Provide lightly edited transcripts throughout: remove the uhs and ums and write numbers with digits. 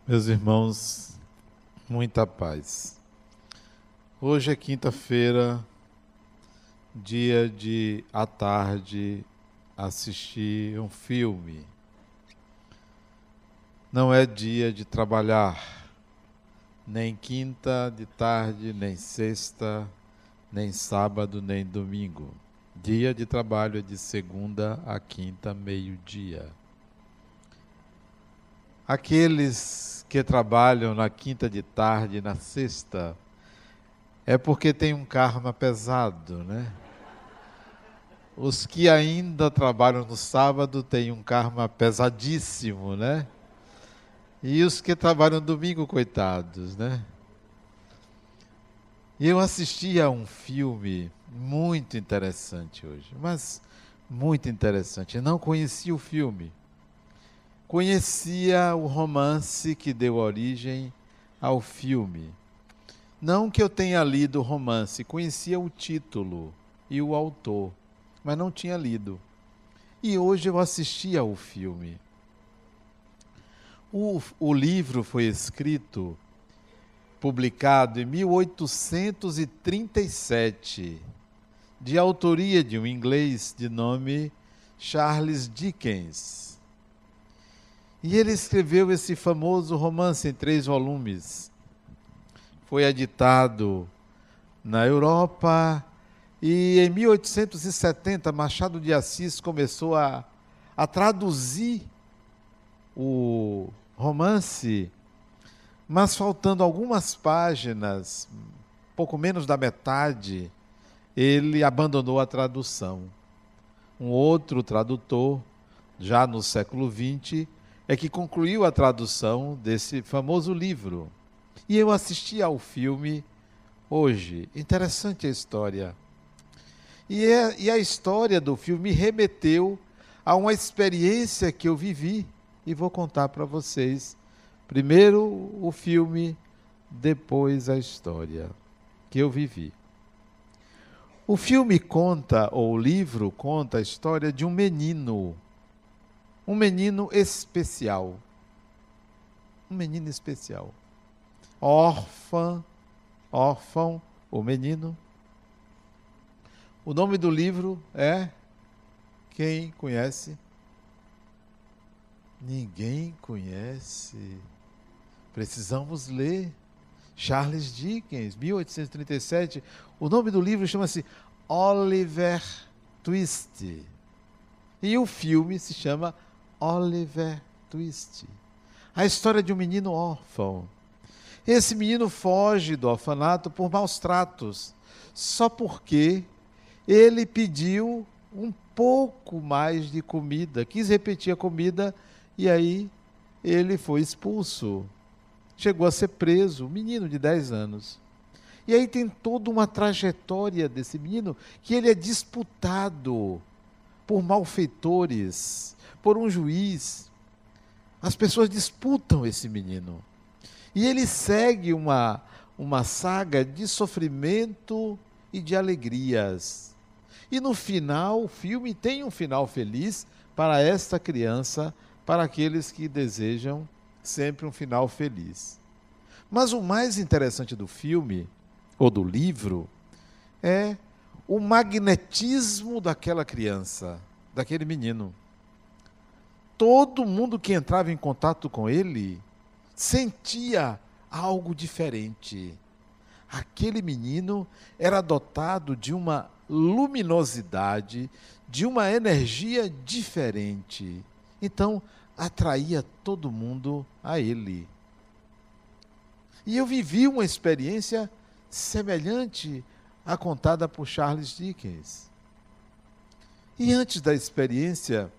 Meus irmãos, muita paz. Hoje é quinta-feira, dia de, à tarde, assistir um filme. Não é dia de trabalhar, nem quinta de tarde, nem sexta, nem sábado, nem domingo. Dia de trabalho é de segunda a quinta, meio-dia. Aqueles que trabalham na quinta de tarde e na sexta, é porque tem um karma pesado, né? Os que ainda trabalham no sábado têm um karma pesadíssimo, né? E os que trabalham no domingo, coitados, né? E eu assisti a um filme muito interessante hoje, mas muito interessante. Eu não conhecia o filme. Conhecia o romance que deu origem ao filme. Não que eu tenha lido o romance, conhecia o título e o autor, mas não tinha lido. E hoje eu assisti ao filme. O livro foi escrito, publicado em 1837, de autoria de um inglês de nome Charles Dickens. E ele escreveu esse famoso romance em 3 volumes. Foi editado na Europa e em 1870 Machado de Assis começou a traduzir o romance, mas faltando algumas páginas, pouco menos da metade, ele abandonou a tradução. Um outro tradutor, já no século XX, é que concluiu a tradução desse famoso livro. E eu assisti ao filme hoje. Interessante a história. E a história do filme me remeteu a uma experiência que eu vivi e vou contar para vocês. Primeiro o filme, depois a história que eu vivi. O filme conta, ou o livro conta a história de um menino especial. Um menino especial. Órfão, o menino. O nome do livro é... Quem conhece? Ninguém conhece. Precisamos ler. Charles Dickens, 1837. O nome do livro chama-se Oliver Twist. E o filme se chama Oliver Twist. A história de um menino órfão. Esse menino foge do orfanato por maus tratos, só porque ele pediu um pouco mais de comida, quis repetir a comida e aí ele foi expulso. Chegou a ser preso, um menino de 10 anos. E aí tem toda uma trajetória desse menino que ele é disputado por malfeitores, por um juiz. As pessoas disputam esse menino. E ele segue uma saga de sofrimento e de alegrias. E no final, o filme tem um final feliz para esta criança, para aqueles que desejam sempre um final feliz. Mas o mais interessante do filme, ou do livro, é o magnetismo daquela criança, daquele menino. Todo mundo que entrava em contato com ele sentia algo diferente. Aquele menino era dotado de uma luminosidade, de uma energia diferente. Então, atraía todo mundo a ele. E eu vivi uma experiência semelhante à contada por Charles Dickens. E antes da experiência,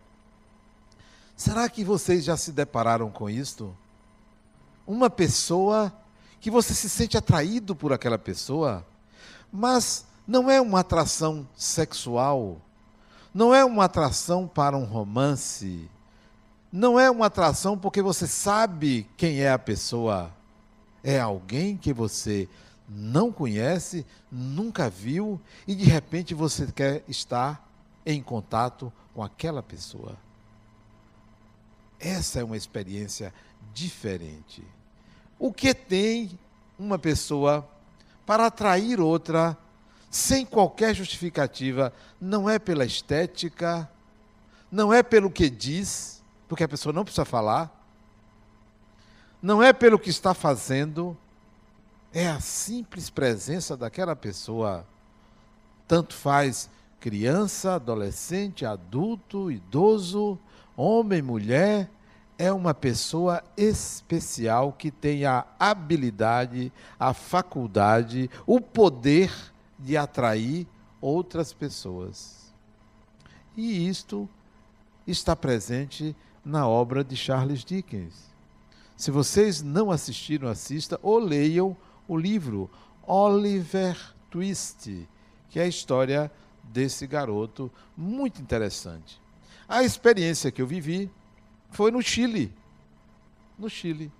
será que vocês já se depararam com isto? Uma pessoa que você se sente atraído por aquela pessoa, mas não é uma atração sexual, não é uma atração para um romance, não é uma atração porque você sabe quem é a pessoa. É alguém que você não conhece, nunca viu, e de repente você quer estar em contato com aquela pessoa. Essa é uma experiência diferente. O que tem uma pessoa para atrair outra sem qualquer justificativa? Não é pela estética, não é pelo que diz, porque a pessoa não precisa falar, não é pelo que está fazendo, é a simples presença daquela pessoa. Tanto faz criança, adolescente, adulto, idoso, homem, mulher, é uma pessoa especial que tem a habilidade, a faculdade, o poder de atrair outras pessoas. E isto está presente na obra de Charles Dickens. Se vocês não assistiram, assista ou leiam o livro Oliver Twist, que é a história desse garoto, muito interessante. A experiência que eu vivi foi no Chile. No Chile.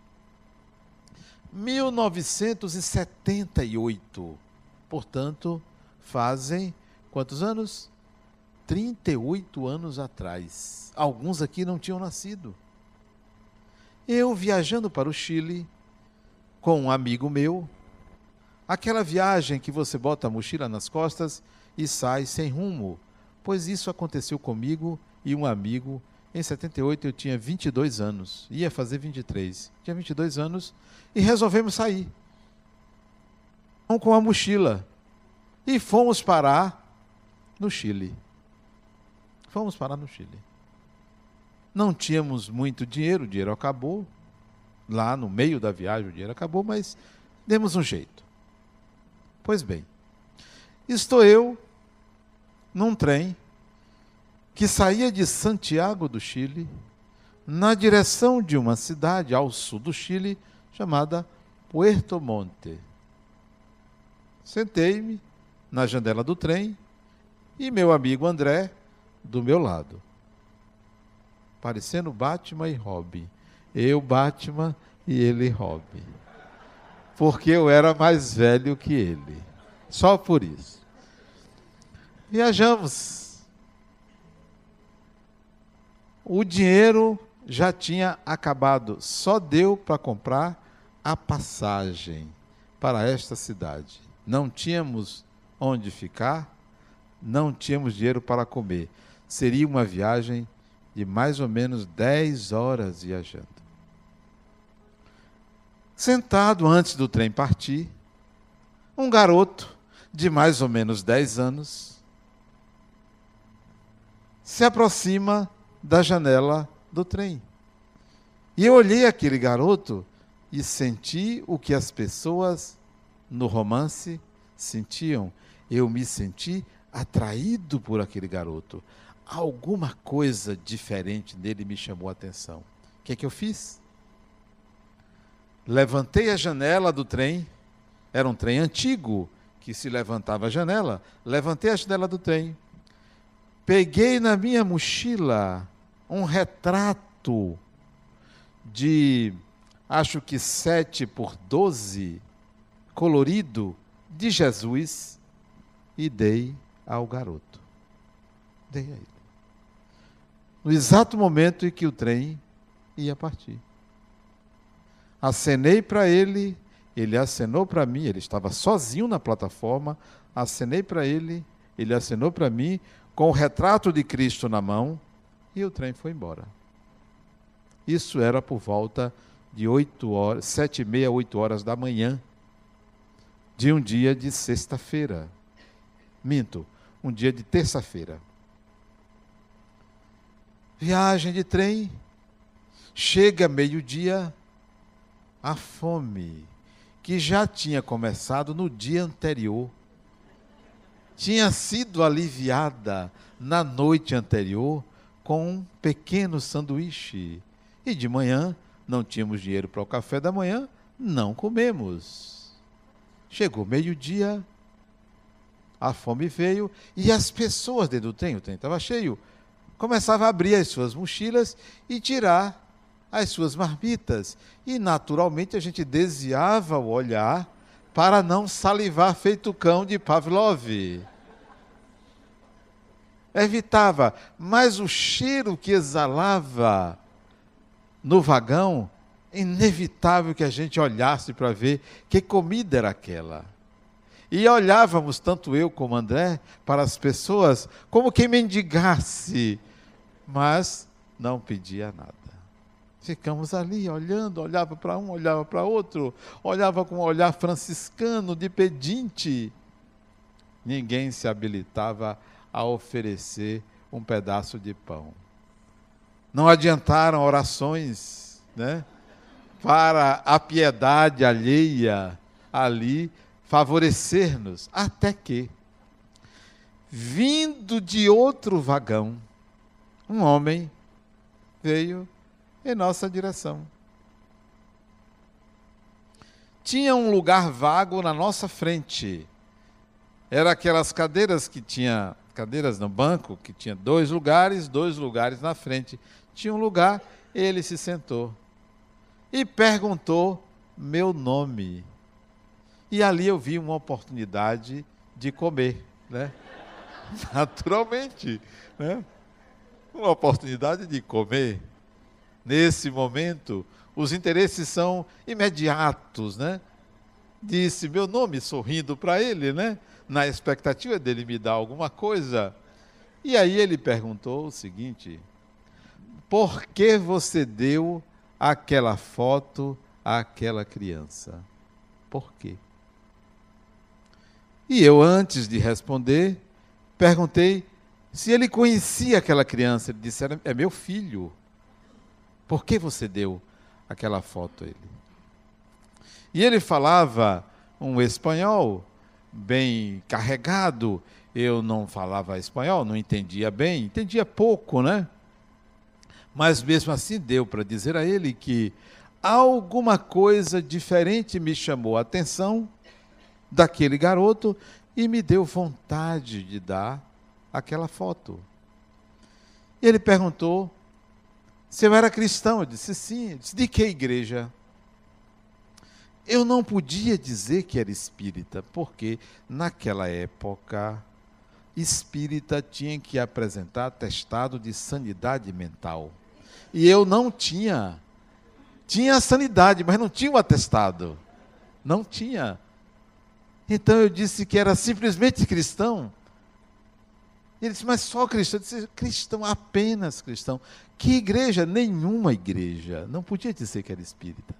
1978. Portanto, fazem quantos anos? 38 anos atrás. Alguns aqui não tinham nascido. Eu viajando para o Chile com um amigo meu, aquela viagem que você bota a mochila nas costas e sai sem rumo, pois isso aconteceu comigo e um amigo. Em 78 eu tinha 22 anos, ia fazer 23. Tinha 22 anos e resolvemos sair. Com a mochila e fomos parar no Chile. Fomos parar no Chile. Não tínhamos muito dinheiro, o dinheiro acabou. Lá no meio da viagem o dinheiro acabou, mas demos um jeito. Pois bem, estou eu num trem que saía de Santiago do Chile, na direção de uma cidade ao sul do Chile, chamada Puerto Montt. Sentei-me na janela do trem e meu amigo André do meu lado. Parecendo Batman e Robin. Eu, Batman, e ele, Robin. Porque eu era mais velho que ele. Só por isso. Viajamos. O dinheiro já tinha acabado. Só deu para comprar a passagem para esta cidade. Não tínhamos onde ficar, não tínhamos dinheiro para comer. Seria uma viagem de mais ou menos 10 horas viajando. Sentado antes do trem partir, um garoto de mais ou menos 10 anos se aproxima da janela do trem. E eu olhei aquele garoto e senti o que as pessoas no romance sentiam. Eu me senti atraído por aquele garoto. Alguma coisa diferente nele me chamou a atenção. O que é que eu fiz? Levantei a janela do trem. Era um trem antigo que se levantava a janela. Levantei a janela do trem. Peguei na minha mochila um retrato de, acho que 7x12, colorido, de Jesus, e dei ao garoto. Dei a ele. No exato momento em que o trem ia partir. Acenei para ele, ele acenou para mim, ele estava sozinho na plataforma, acenei para ele, ele acenou para mim, com o retrato de Cristo na mão, e o trem foi embora. Isso era por volta de 7h30, 8 horas da manhã, de um dia de sexta-feira. Minto, um dia de terça-feira. Viagem de trem, chega meio-dia, a fome, que já tinha começado no dia anterior, tinha sido aliviada na noite anterior com um pequeno sanduíche. E de manhã, não tínhamos dinheiro para o café da manhã, não comemos. Chegou meio-dia, a fome veio, e as pessoas dentro do trem, o trem estava cheio, começavam a abrir as suas mochilas e tirar as suas marmitas. E, naturalmente, a gente desviava o olhar para não salivar feito cão de Pavlov. Evitava, mas o cheiro que exalava no vagão inevitável que a gente olhasse para ver que comida era aquela. E olhávamos, tanto eu como André, para as pessoas como quem mendigasse, mas não pedia nada. Ficamos ali olhando, olhava para um, olhava para outro, olhava com um olhar franciscano de pedinte. Ninguém se habilitava a oferecer um pedaço de pão. Não adiantaram orações, né, para a piedade alheia ali favorecer-nos, até que, vindo de outro vagão, um homem veio em nossa direção. Tinha um lugar vago na nossa frente. Era aquelas cadeiras que tinha, cadeiras no banco, que tinha dois lugares na frente. Tinha um lugar, ele se sentou e perguntou meu nome. E ali eu vi uma oportunidade de comer, né? Naturalmente, né? Uma oportunidade de comer. Nesse momento, os interesses são imediatos, né? Disse meu nome, sorrindo para ele, né? Na expectativa dele me dar alguma coisa. E aí ele perguntou o seguinte: por que você deu aquela foto àquela criança? Por quê? E eu, antes de responder, perguntei se ele conhecia aquela criança. Ele disse: é meu filho. Por que você deu aquela foto a ele? E ele falava um espanhol bem carregado. Eu não falava espanhol, não entendia bem, entendia pouco, né? Mas mesmo assim deu para dizer a ele que alguma coisa diferente me chamou a atenção daquele garoto e me deu vontade de dar aquela foto. E ele perguntou se eu era cristão. Eu disse sim. Eu disse: de que igreja? Eu não podia dizer que era espírita, porque naquela época espírita tinha que apresentar atestado de sanidade mental. E eu não tinha. Tinha a sanidade, mas não tinha o atestado. Não tinha. Então eu disse que era simplesmente cristão. Ele disse: mas só cristão? Eu disse: cristão, apenas cristão. Que igreja? Nenhuma igreja. Não podia dizer que era espírita.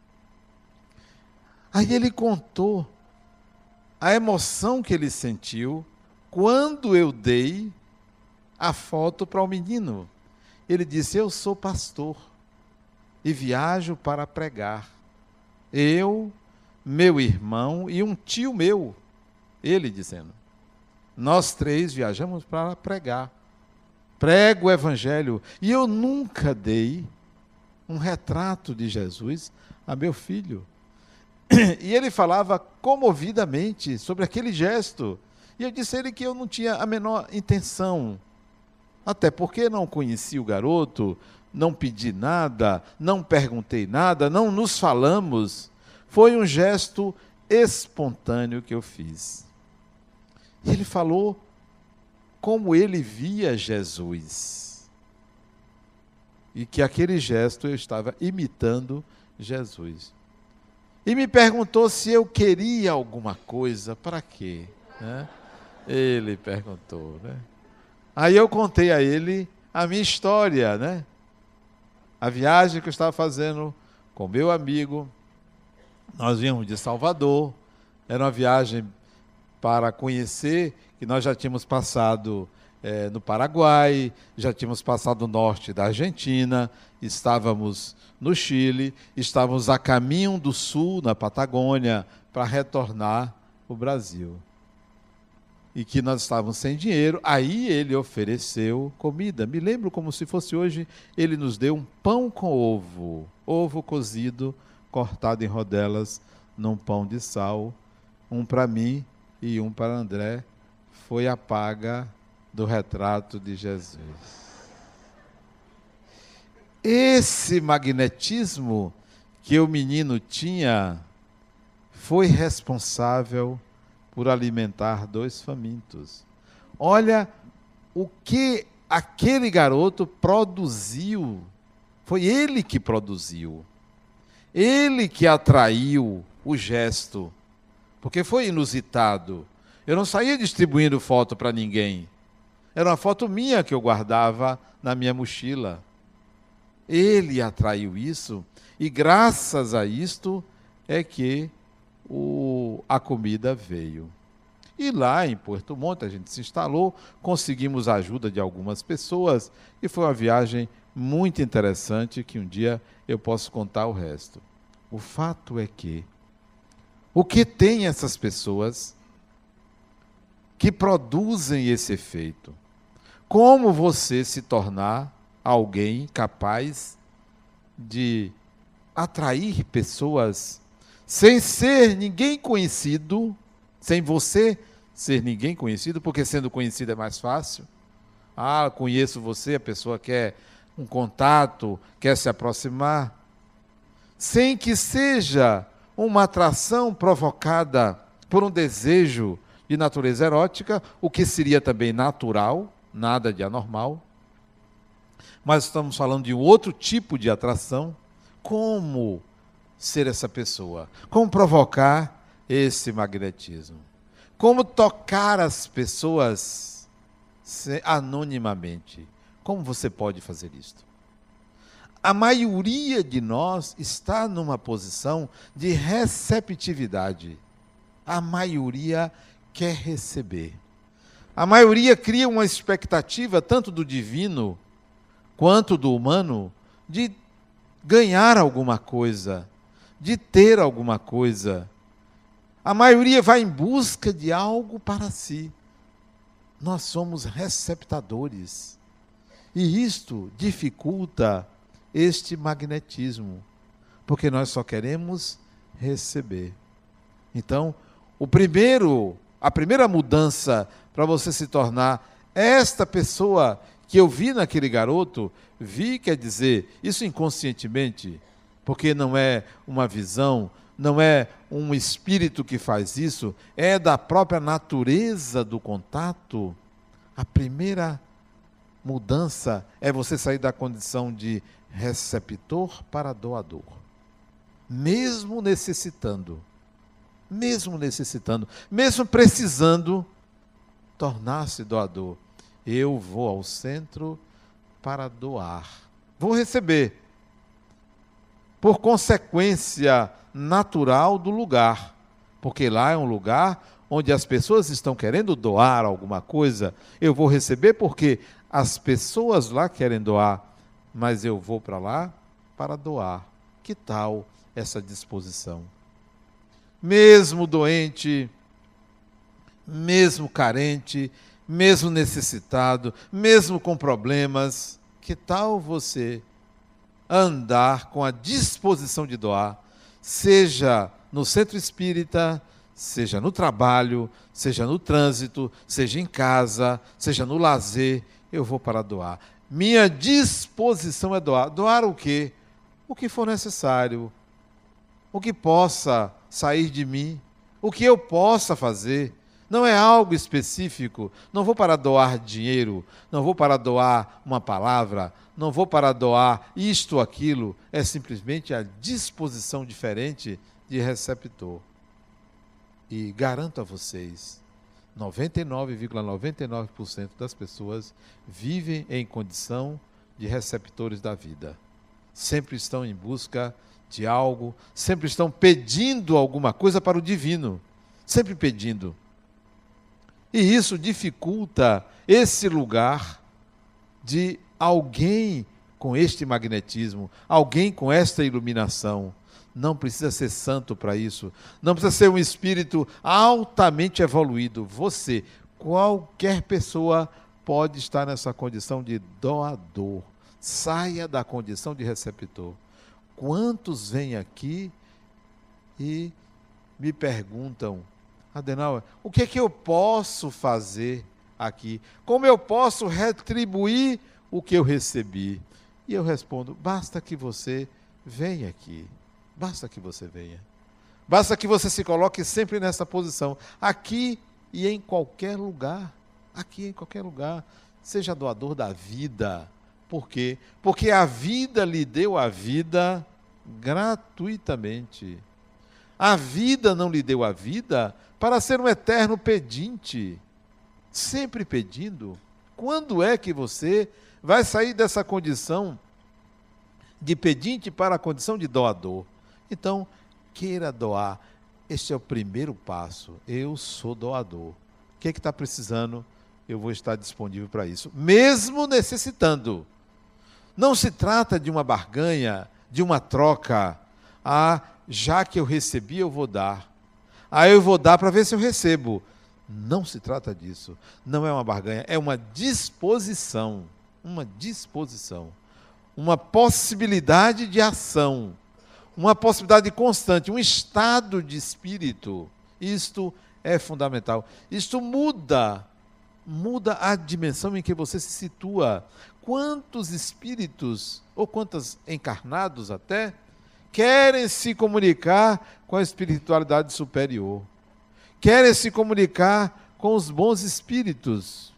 Aí ele contou a emoção que ele sentiu quando eu dei a foto para o menino. Ele disse: eu sou pastor e viajo para pregar. Eu, meu irmão e um tio meu. Ele dizendo: nós três viajamos para pregar. Prego o evangelho. E eu nunca dei um retrato de Jesus a meu filho. E ele falava comovidamente sobre aquele gesto. E eu disse a ele que eu não tinha a menor intenção. Até porque não conheci o garoto, não pedi nada, não perguntei nada, não nos falamos. Foi um gesto espontâneo que eu fiz. E ele falou como ele via Jesus. E que aquele gesto eu estava imitando Jesus. E me perguntou se eu queria alguma coisa. Para quê? Né? Ele perguntou, né? Aí eu contei a ele a minha história, né? A viagem que eu estava fazendo com meu amigo. Nós viemos de Salvador. Era uma viagem para conhecer, que nós já tínhamos passado no Paraguai, já tínhamos passado o norte da Argentina, estávamos no Chile, estávamos a caminho do sul, na Patagônia, para retornar ao Brasil. E que nós estávamos sem dinheiro, aí ele ofereceu comida. Me lembro como se fosse hoje, ele nos deu um pão com ovo cozido, cortado em rodelas, num pão de sal, um para mim e um para André. Foi a paga do retrato de Jesus. Esse magnetismo que o menino tinha foi responsável por alimentar 2 famintos. Olha o que aquele garoto produziu. Foi ele que produziu. Ele que atraiu o gesto, porque foi inusitado. Eu não saía distribuindo foto para ninguém. Era uma foto minha que eu guardava na minha mochila. Ele atraiu isso, e graças a isto é que a comida veio. E lá em Puerto Montt a gente se instalou, conseguimos a ajuda de algumas pessoas, e foi uma viagem muito interessante que um dia eu posso contar o resto. O fato é que o que tem essas pessoas que produzem esse efeito? Como você se tornar alguém capaz de atrair pessoas sem ser ninguém conhecido, sem você ser ninguém conhecido, porque sendo conhecido é mais fácil. Ah, conheço você, a pessoa quer um contato, quer se aproximar, sem que seja uma atração provocada por um desejo de natureza erótica, o que seria também natural, nada de anormal. Mas estamos falando de um outro tipo de atração. Como ser essa pessoa? Como provocar esse magnetismo? Como tocar as pessoas anonimamente? Como você pode fazer isto? A maioria de nós está numa posição de receptividade. A maioria quer receber. A maioria cria uma expectativa, tanto do divino quanto do humano, de ganhar alguma coisa, de ter alguma coisa. A maioria vai em busca de algo para si. Nós somos receptadores. E isto dificulta este magnetismo, porque nós só queremos receber. Então, a primeira mudança para você se tornar esta pessoa que eu vi naquele garoto, quer dizer, isso inconscientemente, porque não é uma visão, não é um espírito que faz isso, é da própria natureza do contato. A primeira mudança é você sair da condição de receptor para doador. Mesmo necessitando, mesmo precisando tornar-se doador. Eu vou ao centro para doar. Vou receber. Por consequência natural do lugar. Porque lá é um lugar onde as pessoas estão querendo doar alguma coisa. Eu vou receber porque as pessoas lá querem doar. Mas eu vou para lá para doar. Que tal essa disposição? Mesmo doente, mesmo carente, mesmo necessitado, mesmo com problemas, que tal você andar com a disposição de doar, seja no centro espírita, seja no trabalho, seja no trânsito, seja em casa, seja no lazer, eu vou para doar. Minha disposição é doar. Doar o quê? O que for necessário, o que possa sair de mim, o que eu possa fazer. Não é algo específico. Não vou para doar dinheiro, não vou para doar uma palavra, não vou para doar isto ou aquilo. É simplesmente a disposição diferente de receptor. E garanto a vocês, 99,99% das pessoas vivem em condição de receptores da vida. Sempre estão em busca de algo, sempre estão pedindo alguma coisa para o divino. Sempre pedindo. E isso dificulta esse lugar de alguém com este magnetismo, alguém com esta iluminação. Não precisa ser santo para isso. Não precisa ser um espírito altamente evoluído. Você, qualquer pessoa, pode estar nessa condição de doador. Saia da condição de receptor. Quantos vêm aqui e me perguntam: Adenauer, o que é que eu posso fazer aqui? Como eu posso retribuir o que eu recebi? E eu respondo: basta que você venha aqui. Basta que você venha. Basta que você se coloque sempre nessa posição. Aqui e em qualquer lugar. Aqui em qualquer lugar. Seja doador da vida. Por quê? Porque a vida lhe deu a vida gratuitamente. A vida não lhe deu a vida para ser um eterno pedinte, sempre pedindo. Quando é que você vai sair dessa condição de pedinte para a condição de doador? Então, queira doar. Este é o primeiro passo. Eu sou doador. O que está precisando? Eu vou estar disponível para isso, mesmo necessitando. Não se trata de uma barganha, de uma troca. Já que eu recebi, eu vou dar. Eu vou dar para ver se eu recebo. Não se trata disso. Não é uma barganha, é uma disposição. Uma disposição. Uma possibilidade de ação. Uma possibilidade constante, um estado de espírito. Isto é fundamental. Isto muda a dimensão em que você se situa. Quantos espíritos, ou quantos encarnados até, querem se comunicar com a espiritualidade superior? Querem se comunicar com os bons espíritos?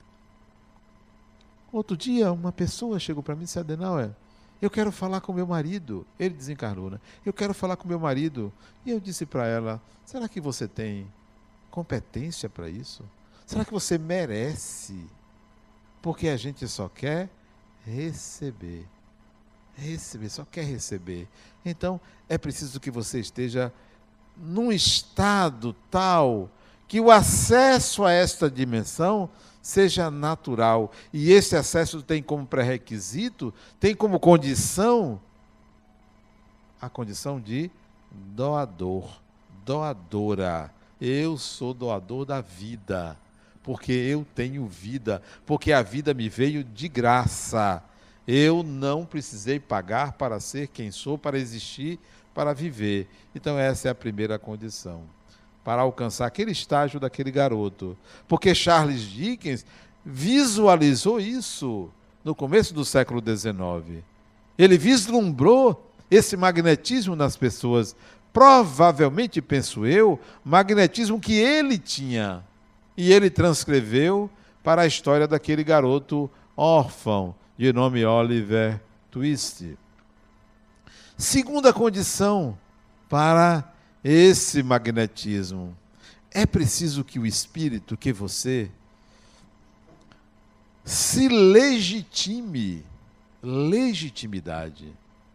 Outro dia, uma pessoa chegou para mim e disse: Adenauer, eu quero falar com meu marido. Ele desencarnou, né? Eu quero falar com meu marido. E eu disse para ela: será que você tem competência para isso? Será que você merece? Porque a gente só quer receber. Receber, só quer receber. Então, é preciso que você esteja num estado tal que o acesso a esta dimensão seja natural. E esse acesso tem como pré-requisito, tem como condição, a condição de doador, doadora. Eu sou doador da vida, porque eu tenho vida, porque a vida me veio de graça. Eu não precisei pagar para ser quem sou, para existir, para viver. Então essa é a primeira condição, para alcançar aquele estágio daquele garoto. Porque Charles Dickens visualizou isso no começo do século XIX. Ele vislumbrou esse magnetismo nas pessoas. Provavelmente, penso eu, magnetismo que ele tinha. E ele transcreveu para a história daquele garoto órfão, de nome Oliver Twist. Segunda condição para esse magnetismo: é preciso que o espírito, que você, se legitime. Legitimidade.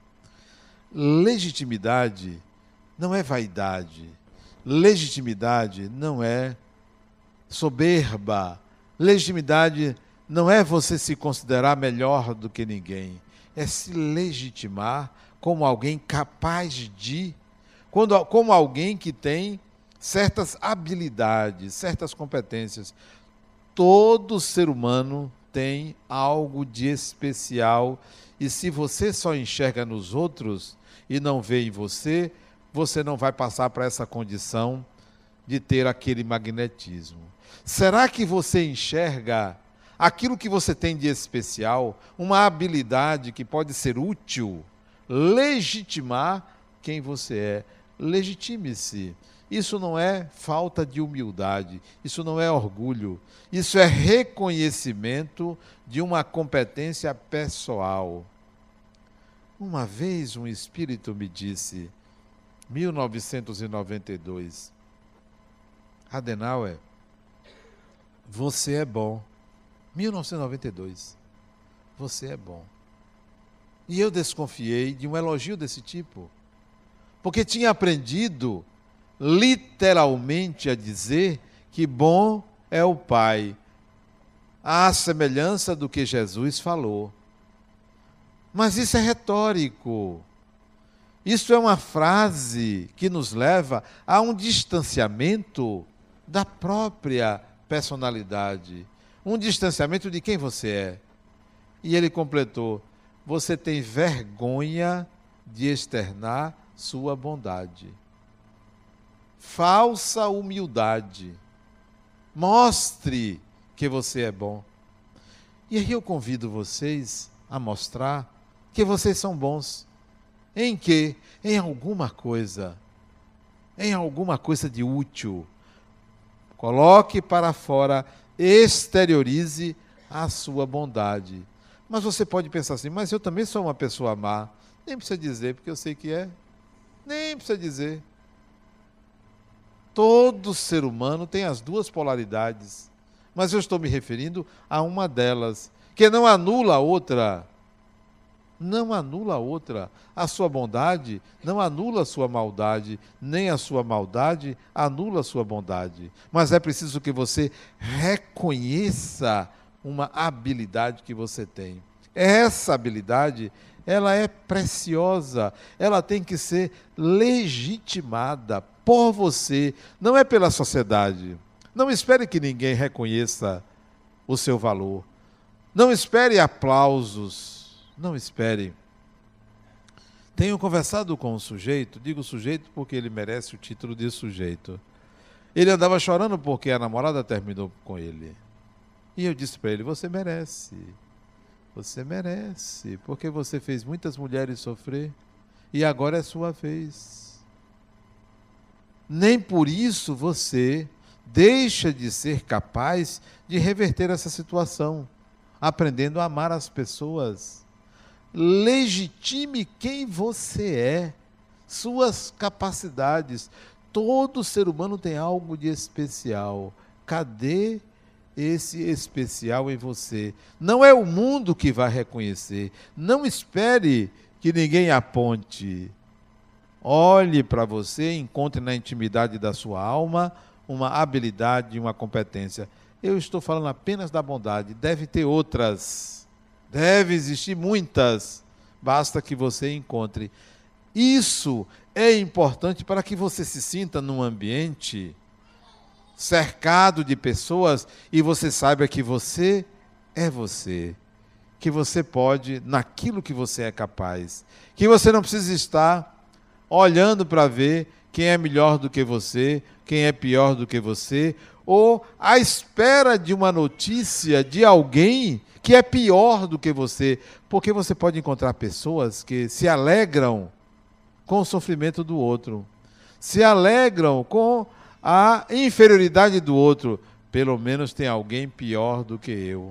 Legitimidade não é vaidade. Legitimidade não é soberba. Legitimidade não é você se considerar melhor do que ninguém. É se legitimar como alguém capaz de, como alguém que tem certas habilidades, certas competências. Todo ser humano tem algo de especial, e se você só enxerga nos outros e não vê em você, você não vai passar para essa condição de ter aquele magnetismo. Será que você enxerga aquilo que você tem de especial, uma habilidade que pode ser útil, legitimar quem você é? Legitime-se. Isso não é falta de humildade, isso não é orgulho, isso é reconhecimento de uma competência pessoal. Uma vez um espírito me disse, 1992, Adenauer, você é bom. 1992, você é bom. E eu desconfiei de um elogio desse tipo, porque tinha aprendido literalmente a dizer que bom é o Pai, à semelhança do que Jesus falou. Mas isso é retórico. Isso é uma frase que nos leva a um distanciamento da própria personalidade, um distanciamento de quem você é. E ele completou: você tem vergonha de externar sua bondade. Falsa humildade. Mostre que você é bom. E aí eu convido vocês a mostrar que vocês são bons. Em quê? Em alguma coisa. Em alguma coisa de útil. Coloque para fora, exteriorize a sua bondade. Mas você pode pensar assim, mas eu também sou uma pessoa má. Nem precisa dizer, porque eu sei que é. Nem precisa dizer. Todo ser humano tem as duas polaridades, mas eu estou me referindo a uma delas, que não anula a outra. Não anula a outra. A sua bondade não anula a sua maldade, nem a sua maldade anula a sua bondade. Mas é preciso que você reconheça uma habilidade que você tem. Essa habilidade, ela é preciosa, ela tem que ser legitimada por você, não é pela sociedade. Não espere que ninguém reconheça o seu valor. Não espere aplausos. Não espere. Tenho conversado com um sujeito, digo sujeito porque ele merece o título de sujeito. Ele andava chorando porque a namorada terminou com ele. E eu disse para ele, você merece, porque você fez muitas mulheres sofrer e agora é sua vez. Nem por isso você deixa de ser capaz de reverter essa situação, aprendendo a amar as pessoas. Legitime quem você é, suas capacidades. Todo ser humano tem algo de especial. Cadê esse especial em você? Não é o mundo que vai reconhecer. Não espere que ninguém aponte. Olhe para você, encontre na intimidade da sua alma uma habilidade, uma competência. Eu estou falando apenas da bondade, deve ter outras. Deve existir muitas, basta que você encontre. Isso é importante para que você se sinta num ambiente cercado de pessoas e você saiba que você é você, que você pode naquilo que você é capaz, que você não precisa estar olhando para ver quem é melhor do que você, quem é pior do que você, ou à espera de uma notícia de alguém que é pior do que você, porque você pode encontrar pessoas que se alegram com o sofrimento do outro, se alegram com a inferioridade do outro. Pelo menos tem alguém pior do que eu.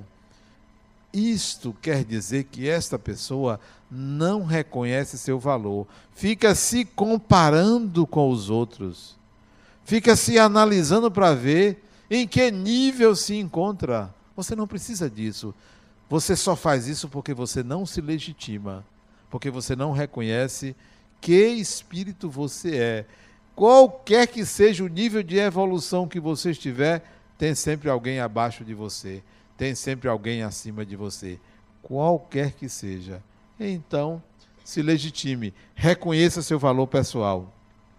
Isto quer dizer que esta pessoa não reconhece seu valor, fica se comparando com os outros, fica se analisando para ver em que nível se encontra. Você não precisa disso. Você só faz isso porque você não se legitima, porque você não reconhece que espírito você é. Qualquer que seja o nível de evolução que você estiver, tem sempre alguém abaixo de você, tem sempre alguém acima de você, qualquer que seja. Então, se legitime, reconheça seu valor pessoal.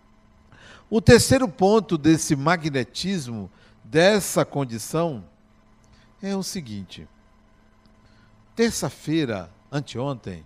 O terceiro ponto desse magnetismo, dessa condição, é o seguinte. Terça-feira, anteontem,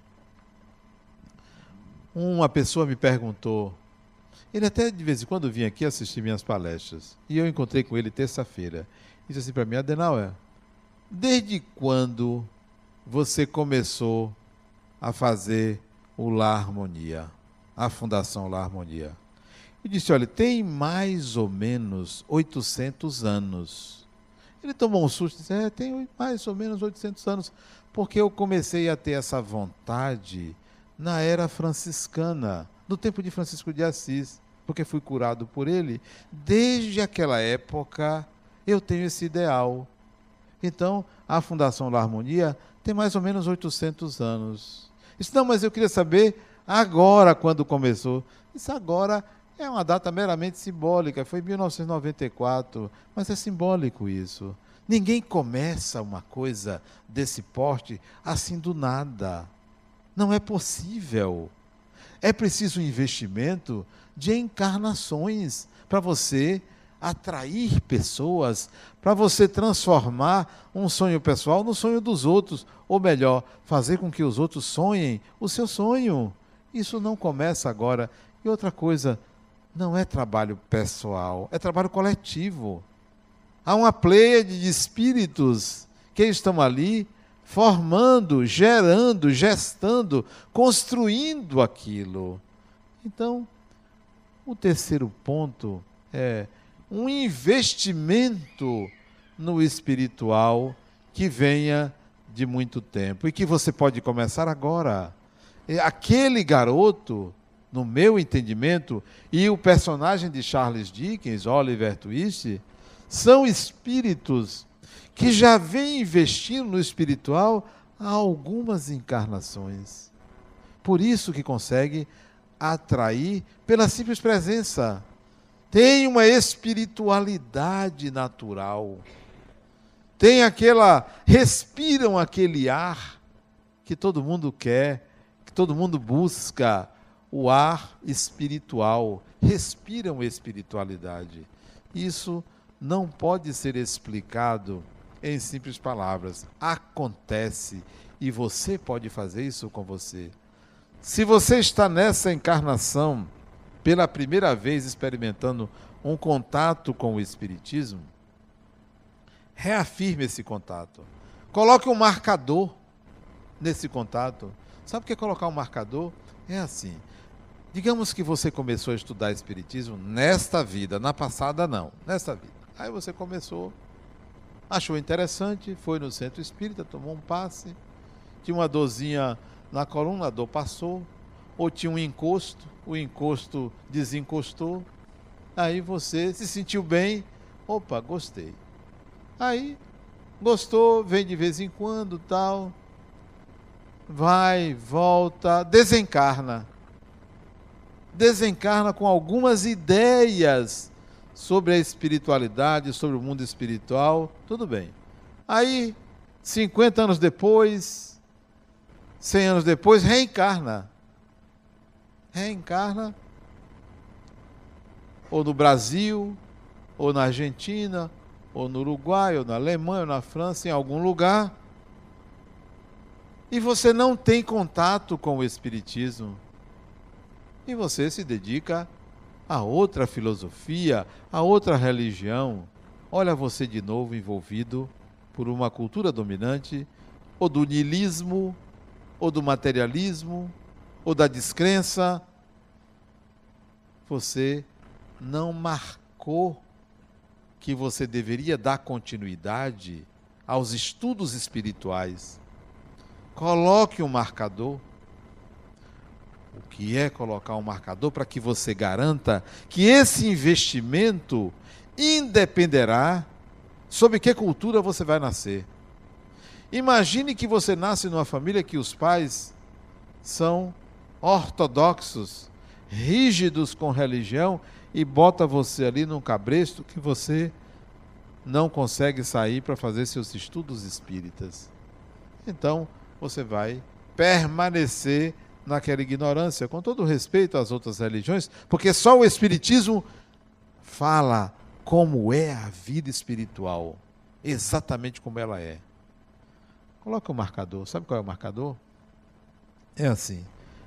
uma pessoa me perguntou, ele até de vez em quando vinha aqui assistir minhas palestras, e eu encontrei com ele terça-feira, e disse assim para mim, Adenauer, desde quando você começou a fazer o Lar Harmonia, a Fundação Lar Harmonia? E disse, olha, tem mais ou menos 800 anos. Ele tomou um susto e disse, tem mais ou menos 800 anos, porque eu comecei a ter essa vontade na era franciscana, no tempo de Francisco de Assis, porque fui curado por ele. Desde aquela época eu tenho esse ideal. Então, a Fundação Lar Harmonia tem mais ou menos 800 anos. Disse, não, mas eu queria saber agora quando começou. Isso agora é uma data meramente simbólica, foi em 1994, mas é simbólico isso. Ninguém começa uma coisa desse porte assim do nada. Não é possível. É preciso um investimento de encarnações para você atrair pessoas, para você transformar um sonho pessoal no sonho dos outros, ou melhor, fazer com que os outros sonhem o seu sonho. Isso não começa agora. E outra coisa, não é trabalho pessoal, é trabalho coletivo. Há uma pleiade de espíritos que estão ali formando, gerando, gestando, construindo aquilo. Então, o terceiro ponto é um investimento no espiritual que venha de muito tempo e que você pode começar agora. Aquele garoto, no meu entendimento, e o personagem de Charles Dickens, Oliver Twist, são espíritos que já vêm investindo no espiritual há algumas encarnações. Por isso que consegue atrair pela simples presença. Tem uma espiritualidade natural. Respiram aquele ar que todo mundo quer, que todo mundo busca, o ar espiritual. Respiram espiritualidade. Isso não pode ser explicado em simples palavras. Acontece e você pode fazer isso com você. Se você está nessa encarnação, pela primeira vez experimentando um contato com o Espiritismo, reafirme esse contato. Coloque um marcador nesse contato. Sabe o que é colocar um marcador? É assim. Digamos que você começou a estudar Espiritismo nesta vida, na passada não, nesta vida. Aí você começou, achou interessante, foi no centro espírita, tomou um passe, tinha uma dorzinha na coluna, a dor passou, ou tinha um encosto, o encosto desencostou, aí você se sentiu bem, opa, gostei. Aí, gostou, vem de vez em quando, tal, vai, volta, desencarna com algumas ideias sobre a espiritualidade, sobre o mundo espiritual, tudo bem. Aí, 50 anos depois, 100 anos depois, reencarna, ou no Brasil, ou na Argentina, ou no Uruguai, ou na Alemanha, ou na França, em algum lugar, e você não tem contato com o Espiritismo, e você se dedica a outra filosofia, a outra religião. Olha você de novo envolvido por uma cultura dominante, ou do niilismo, ou do materialismo, ou da descrença. Você não marcou que você deveria dar continuidade aos estudos espirituais. Coloque um marcador. O que é colocar um marcador? Para que você garanta que esse investimento independerá sobre que cultura você vai nascer. Imagine que você nasce numa família que os pais são ortodoxos, rígidos com religião, e bota você ali num cabresto que você não consegue sair para fazer seus estudos espíritas. Então, você vai permanecer naquela ignorância, com todo respeito às outras religiões, porque só o Espiritismo fala como é a vida espiritual, exatamente como ela é. Coloca o marcador. Sabe qual é o marcador? É assim.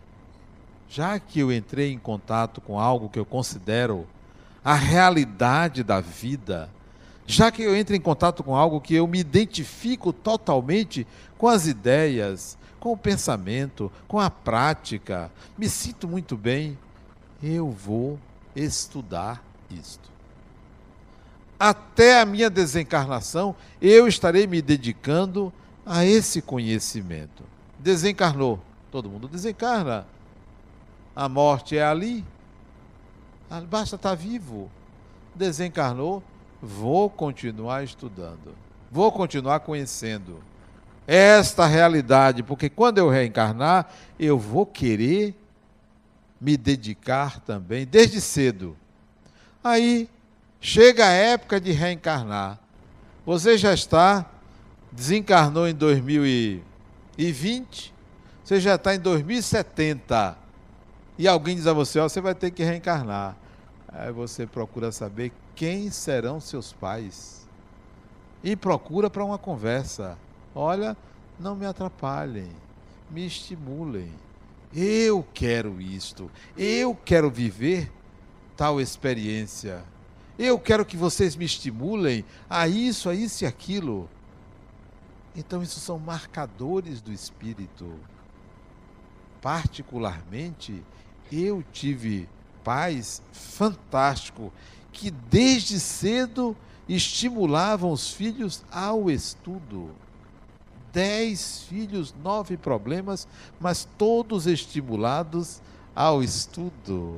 Já que eu entrei em contato com algo que eu considero a realidade da vida, já que eu entro em contato com algo que eu me identifico totalmente com as ideias, com o pensamento, com a prática, me sinto muito bem, eu vou estudar isto. Até a minha desencarnação, eu estarei me dedicando a esse conhecimento. Desencarnou, todo mundo desencarna. A morte é ali, basta estar vivo. Desencarnou, vou continuar estudando, vou continuar conhecendo esta realidade, porque quando eu reencarnar, eu vou querer me dedicar também, desde cedo. Aí, chega a época de reencarnar. Você já desencarnou em 2020, você já está em 2070, e alguém diz a você, ó, você vai ter que reencarnar. Aí você procura saber quem serão seus pais, e procura para uma conversa. Olha, não me atrapalhem, me estimulem. Eu quero isto, eu quero viver tal experiência. Eu quero que vocês me estimulem a isso e aquilo. Então, isso são marcadores do espírito. Particularmente, eu tive pais fantásticos que desde cedo estimulavam os filhos ao estudo. 10 filhos, 9 problemas, mas todos estimulados ao estudo.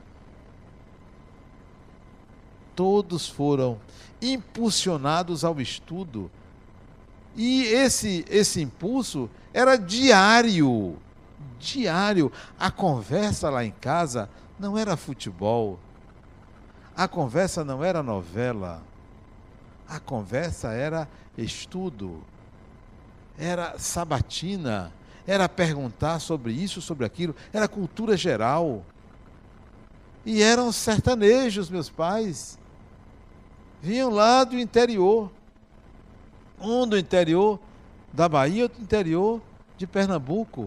Todos foram impulsionados ao estudo. E esse impulso era diário. Diário. A conversa lá em casa não era futebol. A conversa não era novela. A conversa era estudo. Era sabatina. Era perguntar sobre isso, sobre aquilo. Era cultura geral. E eram sertanejos, meus pais. Vinham lá do interior. Um do interior da Bahia, outro do interior de Pernambuco.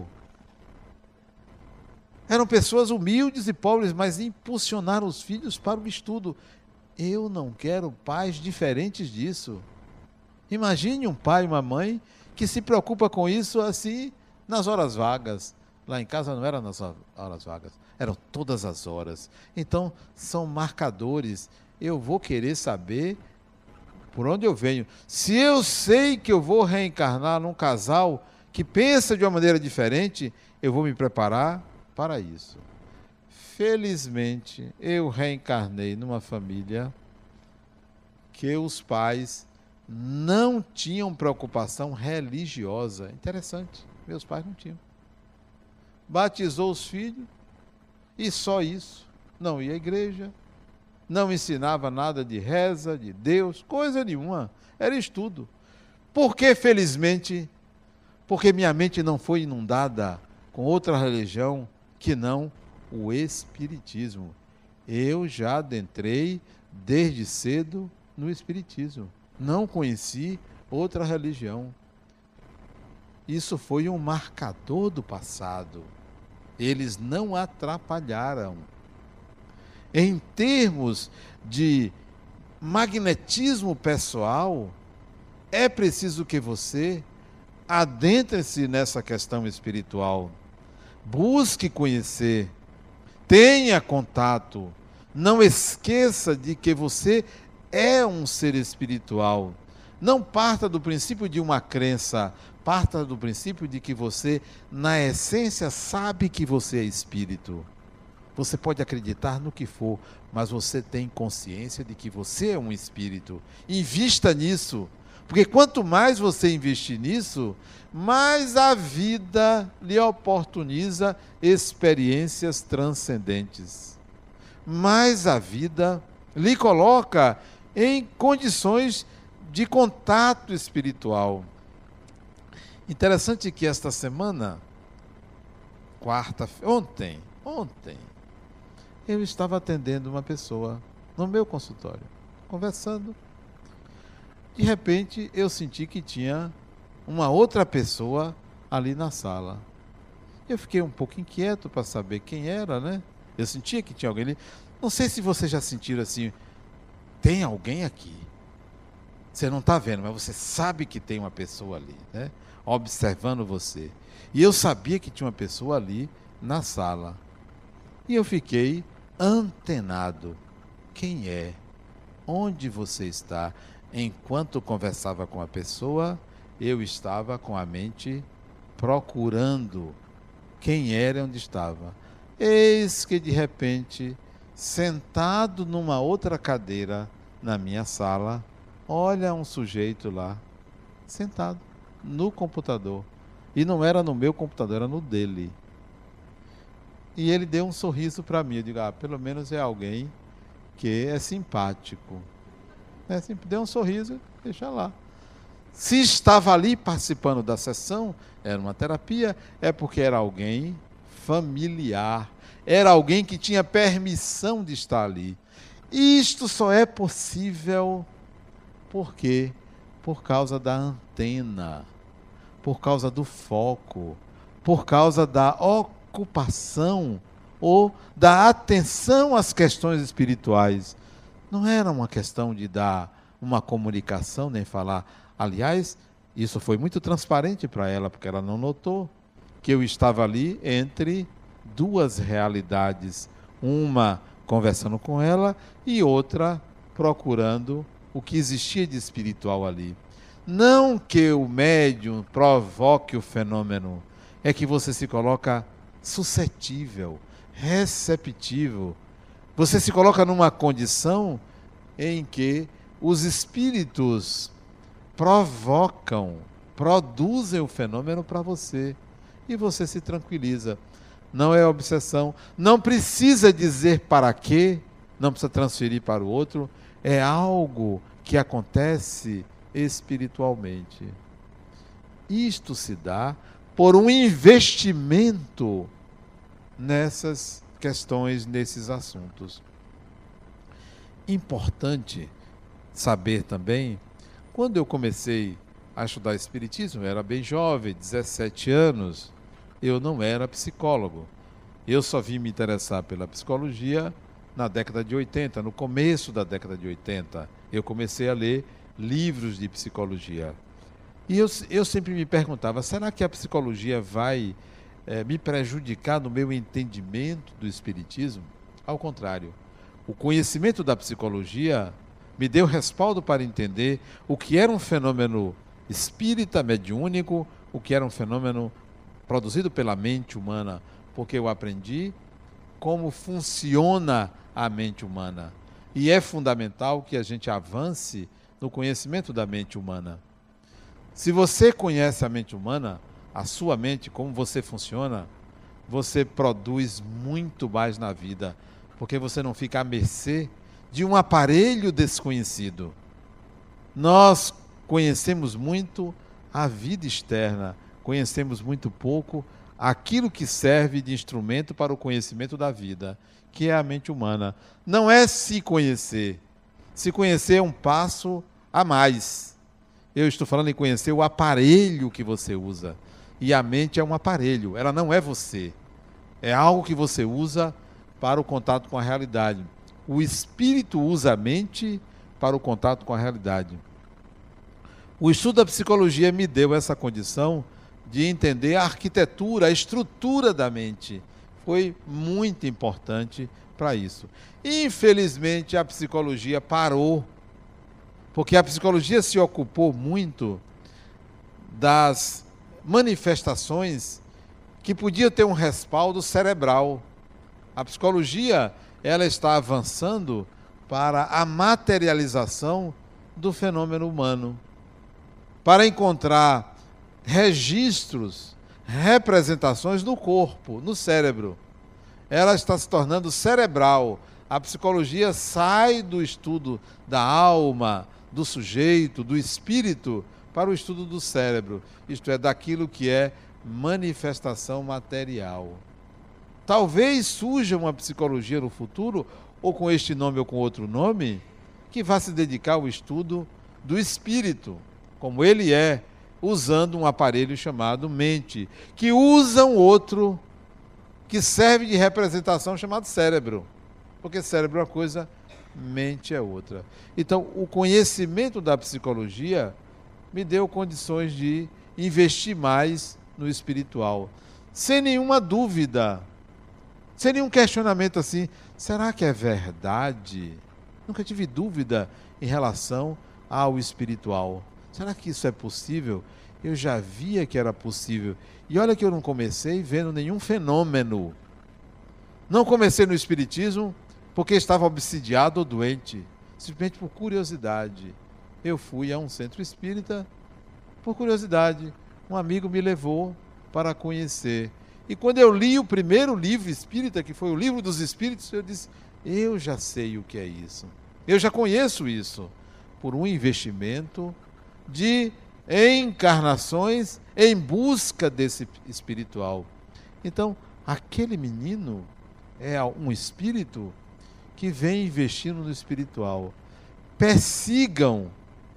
Eram pessoas humildes e pobres, mas impulsionaram os filhos para o estudo. Eu não quero pais diferentes disso. Imagine um pai e uma mãe que se preocupa com isso assim nas horas vagas. Lá em casa não era nas horas vagas, eram todas as horas. Então, são marcadores. Eu vou querer saber por onde eu venho. Se eu sei que eu vou reencarnar num casal que pensa de uma maneira diferente, eu vou me preparar para isso. Felizmente, eu reencarnei numa família que os pais não tinham preocupação religiosa. Interessante, meus pais não tinham. Batizou os filhos e só isso. Não ia à igreja, não ensinava nada de reza, de Deus, coisa nenhuma. Era estudo. Por que, felizmente? Porque minha mente não foi inundada com outra religião que não o Espiritismo. Eu já adentrei desde cedo no Espiritismo. Não conheci outra religião. Isso foi um marcador do passado. Eles não atrapalharam. Em termos de magnetismo pessoal, é preciso que você adentre-se nessa questão espiritual. Busque conhecer, tenha contato, não esqueça de que você é um ser espiritual. Não parta do princípio de uma crença, parta do princípio de que você, na essência, sabe que você é espírito. Você pode acreditar no que for, mas você tem consciência de que você é um espírito. Invista nisso, porque quanto mais você investir nisso, mais a vida lhe oportuniza experiências transcendentes. Mais a vida lhe coloca em condições de contato espiritual. Interessante que esta semana, ontem, eu estava atendendo uma pessoa no meu consultório, conversando. De repente, eu senti que tinha uma outra pessoa ali na sala. Eu fiquei um pouco inquieto para saber quem era, né? Eu sentia que tinha alguém ali. Não sei se vocês já sentiram assim, tem alguém aqui. Você não está vendo, mas você sabe que tem uma pessoa ali, né? Observando você. E eu sabia que tinha uma pessoa ali na sala. E eu fiquei antenado. Quem é? Onde você está? Enquanto conversava com a pessoa, eu estava com a mente procurando quem era e onde estava. Eis que, de repente, sentado numa outra cadeira na minha sala, olha um sujeito lá, sentado no computador. E não era no meu computador, era no dele. E ele deu um sorriso para mim. Eu digo, pelo menos é alguém que é simpático. Deu um sorriso, deixa lá. Se estava ali participando da sessão, era uma terapia, é porque era alguém familiar. Era alguém que tinha permissão de estar ali. Isto só é possível por quê? Por causa da antena, por causa do foco, por causa da ocupação ou da atenção às questões espirituais. Não era uma questão de dar uma comunicação, nem falar. Aliás, isso foi muito transparente para ela, porque ela não notou que eu estava ali entre duas realidades. Uma conversando com ela e outra procurando o que existia de espiritual ali. Não que o médium provoque o fenômeno, é que você se coloca suscetível, receptivo. Você se coloca numa condição em que os espíritos provocam, produzem o fenômeno para você. E você se tranquiliza. Não é obsessão. Não precisa dizer para quê, não precisa transferir para o outro. É algo que acontece espiritualmente. Isto se dá por um investimento nessas questões, nesses assuntos. Importante saber também, quando eu comecei a estudar Espiritismo, eu era bem jovem, 17 anos, eu não era psicólogo. Eu só vim me interessar pela psicologia na década de 80, no começo da década de 80. Eu comecei a ler livros de psicologia. E eu sempre me perguntava, será que a psicologia vai me prejudicar no meu entendimento do Espiritismo? Ao contrário, o conhecimento da psicologia me deu respaldo para entender o que era um fenômeno espírita, mediúnico, o que era um fenômeno produzido pela mente humana, porque eu aprendi como funciona a mente humana. E é fundamental que a gente avance no conhecimento da mente humana. Se você conhece a mente humana, a sua mente, como você funciona, você produz muito mais na vida, porque você não fica à mercê de um aparelho desconhecido. Nós conhecemos muito a vida externa, conhecemos muito pouco aquilo que serve de instrumento para o conhecimento da vida, que é a mente humana. Não é se conhecer. Se conhecer é um passo a mais. Eu estou falando em conhecer o aparelho que você usa. E a mente é um aparelho, ela não é você. É algo que você usa para o contato com a realidade. O espírito usa a mente para o contato com a realidade. O estudo da psicologia me deu essa condição de entender a arquitetura, a estrutura da mente. Foi muito importante para isso. Infelizmente, a psicologia parou, porque a psicologia se ocupou muito das manifestações que podiam ter um respaldo cerebral. A psicologia, ela está avançando para a materialização do fenômeno humano, para encontrar registros, representações no corpo, no cérebro. Ela está se tornando cerebral. A psicologia sai do estudo da alma, do sujeito, do espírito, para o estudo do cérebro, isto é, daquilo que é manifestação material. Talvez surja uma psicologia no futuro, ou com este nome ou com outro nome, que vá se dedicar ao estudo do espírito, como ele é, usando um aparelho chamado mente, que usa um outro que serve de representação chamado cérebro, porque cérebro é uma coisa, mente é outra. Então, o conhecimento da psicologia me deu condições de investir mais no espiritual, sem nenhuma dúvida, sem nenhum questionamento assim, será que é verdade? Nunca tive dúvida em relação ao espiritual. Será que isso é possível? Eu já via que era possível. E olha que eu não comecei vendo nenhum fenômeno. Não comecei no espiritismo porque estava obsidiado ou doente, simplesmente por curiosidade. Eu fui a um centro espírita por curiosidade. Um amigo me levou para conhecer. E quando eu li o primeiro livro espírita, que foi o Livro dos Espíritos, eu disse, eu já sei o que é isso. Eu já conheço isso. Por um investimento de encarnações em busca desse espiritual. Então, aquele menino é um espírito que vem investindo no espiritual. Persigam,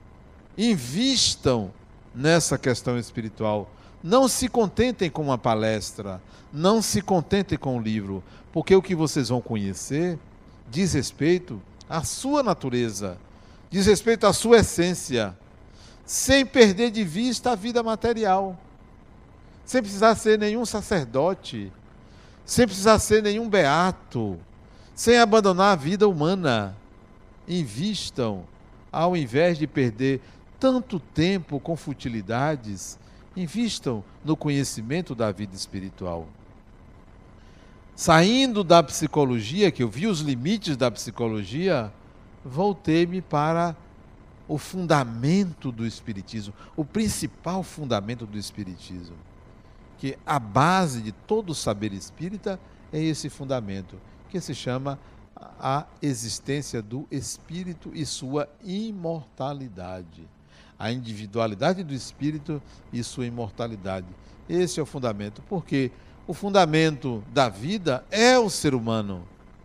invistam nessa questão espiritual. Não se contentem com uma palestra, não se contentem com um livro, porque o que vocês vão conhecer diz respeito à sua natureza, diz respeito à sua essência, sem perder de vista a vida material, sem precisar ser nenhum sacerdote, sem precisar ser nenhum beato, sem abandonar a vida humana. Invistam, ao invés de perder tanto tempo com futilidades, invistam no conhecimento da vida espiritual. Saindo da psicologia, que eu vi os limites da psicologia, voltei-me para o fundamento do Espiritismo, o principal fundamento do Espiritismo, que a base de todo o saber espírita é esse fundamento, que se chama a existência do Espírito e sua imortalidade. A individualidade do Espírito e sua imortalidade. Esse é o fundamento, porque o fundamento da vida é o ser humano.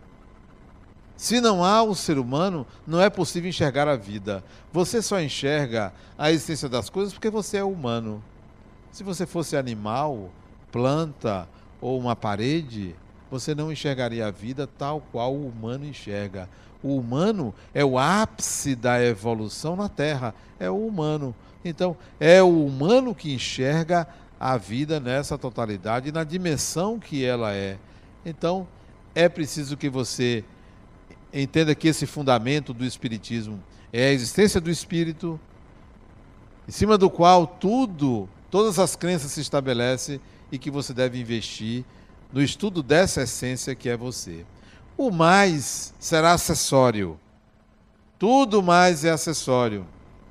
Se não há o ser humano, não é possível enxergar a vida. Você só enxerga a essência das coisas porque você é humano. Se você fosse animal, planta ou uma parede, você não enxergaria a vida tal qual o humano enxerga. O humano é o ápice da evolução na Terra, é o humano. Então, é o humano que enxerga a vida nessa totalidade, na dimensão que ela é. Então, é preciso que você entenda que esse fundamento do Espiritismo é a existência do Espírito, em cima do qual todas as crenças se estabelecem e que você deve investir no estudo dessa essência que é você. O mais será acessório. Tudo mais é acessório.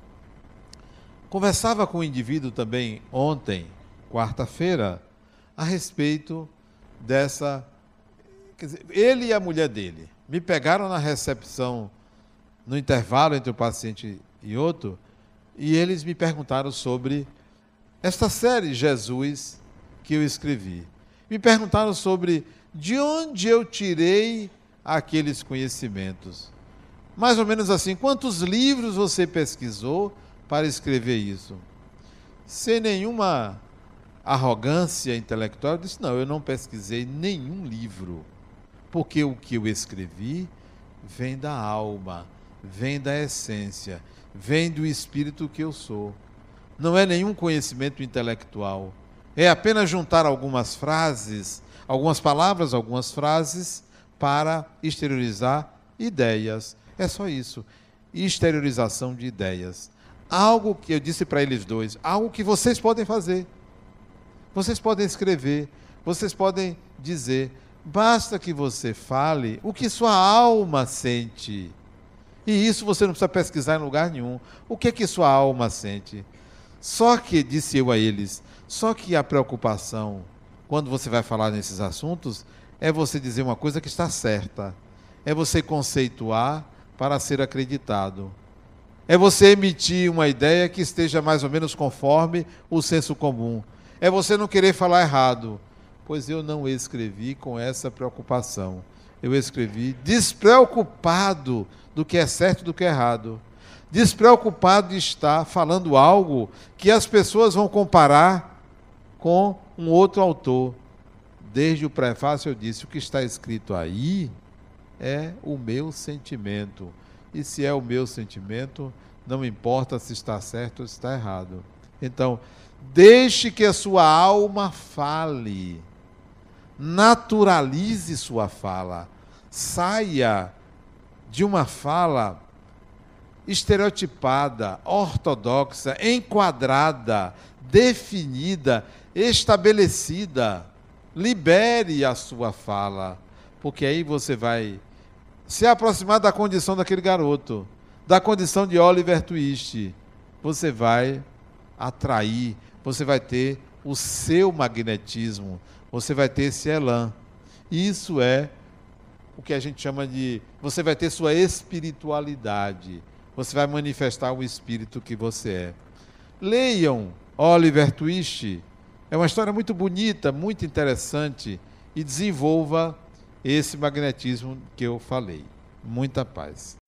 Conversava com um indivíduo também ontem, quarta-feira, a respeito dessa... Quer dizer, ele e a mulher dele me pegaram na recepção, no intervalo entre um paciente e outro, e eles me perguntaram sobre esta série Jesus que eu escrevi. Me perguntaram sobre de onde eu tirei aqueles conhecimentos. Mais ou menos assim, quantos livros você pesquisou para escrever isso? Sem nenhuma arrogância intelectual, eu disse, não, eu não pesquisei nenhum livro, porque o que eu escrevi vem da alma, vem da essência, vem do espírito que eu sou. Não é nenhum conhecimento intelectual. É apenas juntar algumas frases, algumas palavras, algumas frases, para exteriorizar ideias. É só isso. Exteriorização de ideias. Algo que eu disse para eles dois, algo que vocês podem fazer. Vocês podem escrever, vocês podem dizer. Basta que você fale o que sua alma sente. E isso você não precisa pesquisar em lugar nenhum. O que é que sua alma sente? Só que, disse eu a eles, só que a preocupação, quando você vai falar nesses assuntos, é você dizer uma coisa que está certa. É você conceituar para ser acreditado. É você emitir uma ideia que esteja mais ou menos conforme o senso comum. É você não querer falar errado. Pois eu não escrevi com essa preocupação. Eu escrevi despreocupado do que é certo e do que é errado. Despreocupado de estar falando algo que as pessoas vão comparar com um outro autor. Desde o prefácio eu disse, o que está escrito aí é o meu sentimento. E se é o meu sentimento, não importa se está certo ou se está errado. Então, deixe que a sua alma fale. Naturalize sua fala. Saia de uma fala estereotipada, ortodoxa, enquadrada, definida, estabelecida. Libere a sua fala, porque aí você vai se aproximar da condição daquele garoto, da condição de Oliver Twist. Você vai atrair, você vai ter o seu magnetismo, você vai ter esse elan. Isso é o que a gente chama de... Você vai ter sua espiritualidade. Você vai manifestar o espírito que você é. Leiam Oliver Twist. É uma história muito bonita, muito interessante. E desenvolva esse magnetismo que eu falei. Muita paz.